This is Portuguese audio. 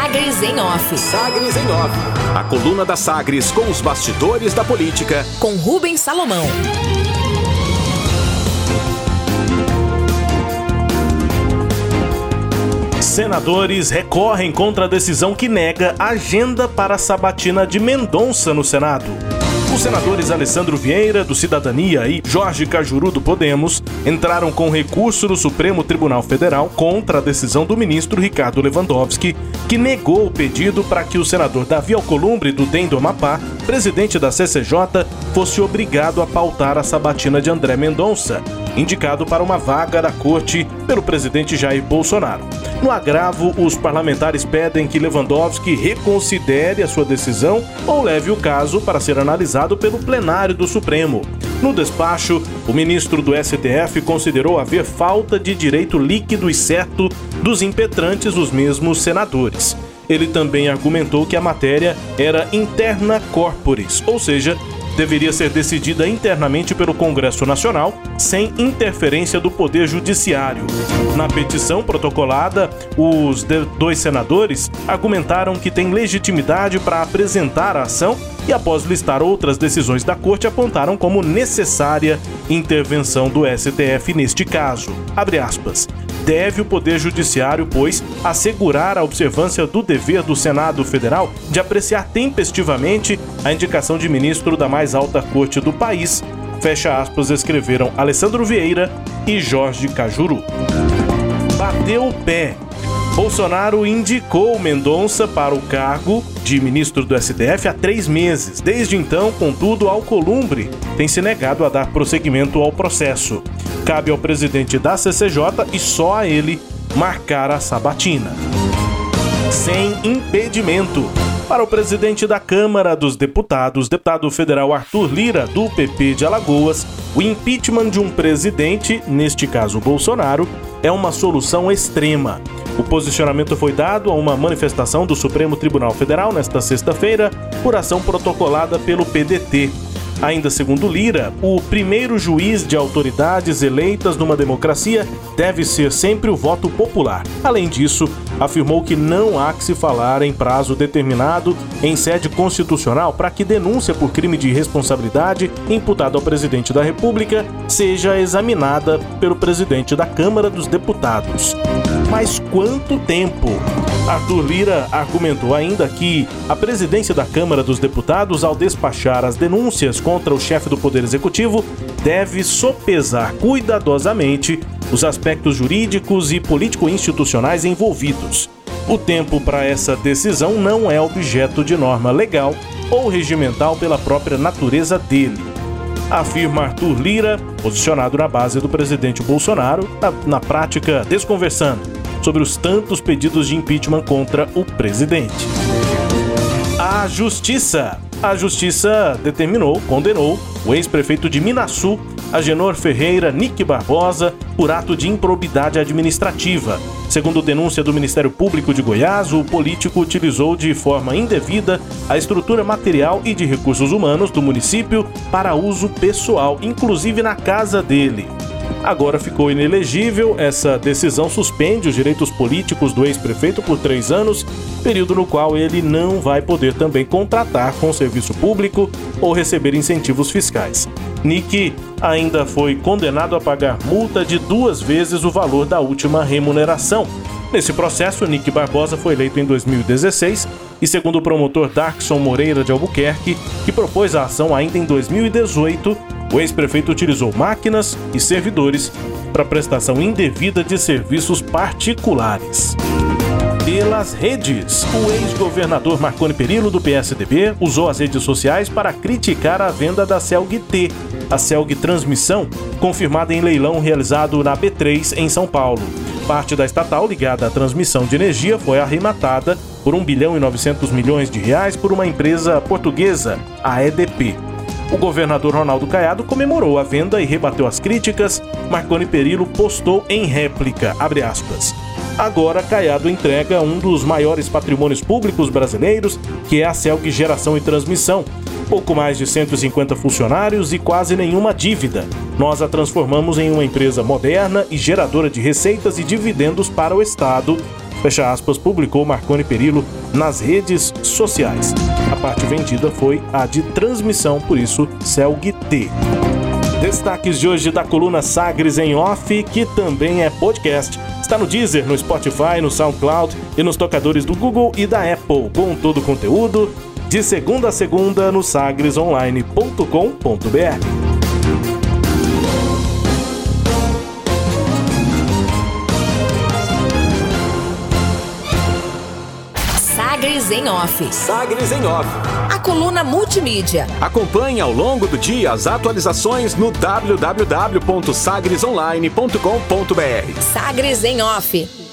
Sagres em Off. Sagres em Off. A coluna da Sagres com os bastidores da política. Com Rubens Salomão. Senadores recorrem contra a decisão que nega agenda para a sabatina de Mendonça no Senado. Os senadores Alessandro Vieira, do Cidadania, e Jorge Cajuru, do Podemos, entraram com recurso no Supremo Tribunal Federal contra a decisão do ministro Ricardo Lewandowski, que negou o pedido para que o senador Davi Alcolumbre, do DEM do Amapá, presidente da CCJ, fosse obrigado a pautar a sabatina de André Mendonça, indicado para uma vaga da corte pelo presidente Jair Bolsonaro. No agravo, os parlamentares pedem que Lewandowski reconsidere a sua decisão ou leve o caso para ser analisado pelo plenário do Supremo. No despacho, o ministro do STF considerou haver falta de direito líquido e certo dos impetrantes, os mesmos senadores. Ele também argumentou que a matéria era interna corporis, ou seja, deveria ser decidida internamente pelo Congresso Nacional, sem interferência do Poder Judiciário. Na petição protocolada, os dois senadores argumentaram que tem legitimidade para apresentar a ação e, após listar outras decisões da Corte, apontaram como necessária intervenção do STF neste caso. Abre aspas. Deve o Poder Judiciário, pois, assegurar a observância do dever do Senado Federal de apreciar tempestivamente a indicação de ministro da mais alta corte do país, fecha aspas, escreveram Alessandro Vieira e Jorge Cajuru. Bateu o pé. Bolsonaro indicou Mendonça para o cargo de ministro do STF há 3 meses. Desde então, contudo, Alcolumbre tem se negado a dar prosseguimento ao processo. Cabe ao presidente da CCJ e só a ele marcar a sabatina. Sem impedimento. Para o presidente da Câmara dos Deputados, deputado federal Arthur Lira, do PP de Alagoas, o impeachment de um presidente, neste caso Bolsonaro, é uma solução extrema. O posicionamento foi dado a uma manifestação do Supremo Tribunal Federal nesta sexta-feira, por ação protocolada pelo PDT. Ainda segundo Lira, o primeiro juiz de autoridades eleitas numa democracia deve ser sempre o voto popular. Além disso, afirmou que não há que se falar em prazo determinado em sede constitucional para que denúncia por crime de responsabilidade imputada ao presidente da República seja examinada pelo presidente da Câmara dos Deputados. Mas quanto tempo? Arthur Lira argumentou ainda que a presidência da Câmara dos Deputados, ao despachar as denúncias contra o chefe do Poder Executivo, deve sopesar cuidadosamente os aspectos jurídicos e político-institucionais envolvidos. O tempo para essa decisão não é objeto de norma legal ou regimental pela própria natureza dele, afirma Arthur Lira, posicionado na base do presidente Bolsonaro, na prática desconversando sobre os tantos pedidos de impeachment contra o presidente. A Justiça condenou o ex-prefeito de Minasul, Agenor Ferreira Nick Barbosa, por ato de improbidade administrativa. Segundo denúncia do Ministério Público de Goiás, o político utilizou de forma indevida a estrutura material e de recursos humanos do município para uso pessoal, inclusive na casa dele. Agora ficou inelegível. Essa decisão suspende os direitos políticos do ex-prefeito por 3 anos, período no qual ele não vai poder também contratar com serviço público ou receber incentivos fiscais. Nick ainda foi condenado a pagar multa de 2 vezes o valor da última remuneração. Nesse processo, Nick Barbosa foi eleito em 2016 e, segundo o promotor Darkson Moreira de Albuquerque, que propôs a ação ainda em 2018, o ex-prefeito utilizou máquinas e servidores para prestação indevida de serviços particulares. Pelas redes, o ex-governador Marconi Perillo, do PSDB, usou as redes sociais para criticar a venda da CELG-T, a CELG Transmissão, confirmada em leilão realizado na B3, em São Paulo. Parte da estatal ligada à transmissão de energia foi arrematada por R$ 1 bilhão e 900 milhões por uma empresa portuguesa, a EDP. O governador Ronaldo Caiado comemorou a venda e rebateu as críticas. Marconi Perillo postou em réplica, abre aspas, agora Caiado entrega um dos maiores patrimônios públicos brasileiros, que é a CELG Geração e Transmissão. Pouco mais de 150 funcionários e quase nenhuma dívida. Nós a transformamos em uma empresa moderna e geradora de receitas e dividendos para o Estado, fecha aspas, publicou Marconi Perillo nas redes sociais. A parte vendida foi a de transmissão, por isso Celg T. Destaques de hoje da coluna Sagres em Off, que também é podcast. Está no Deezer, no Spotify, no SoundCloud e nos tocadores do Google e da Apple, com todo o conteúdo de segunda a segunda no sagresonline.com.br. Sagres em Off. Sagres em Off. A coluna multimídia. Acompanhe ao longo do dia as atualizações no www.sagresonline.com.br. Sagres em Off.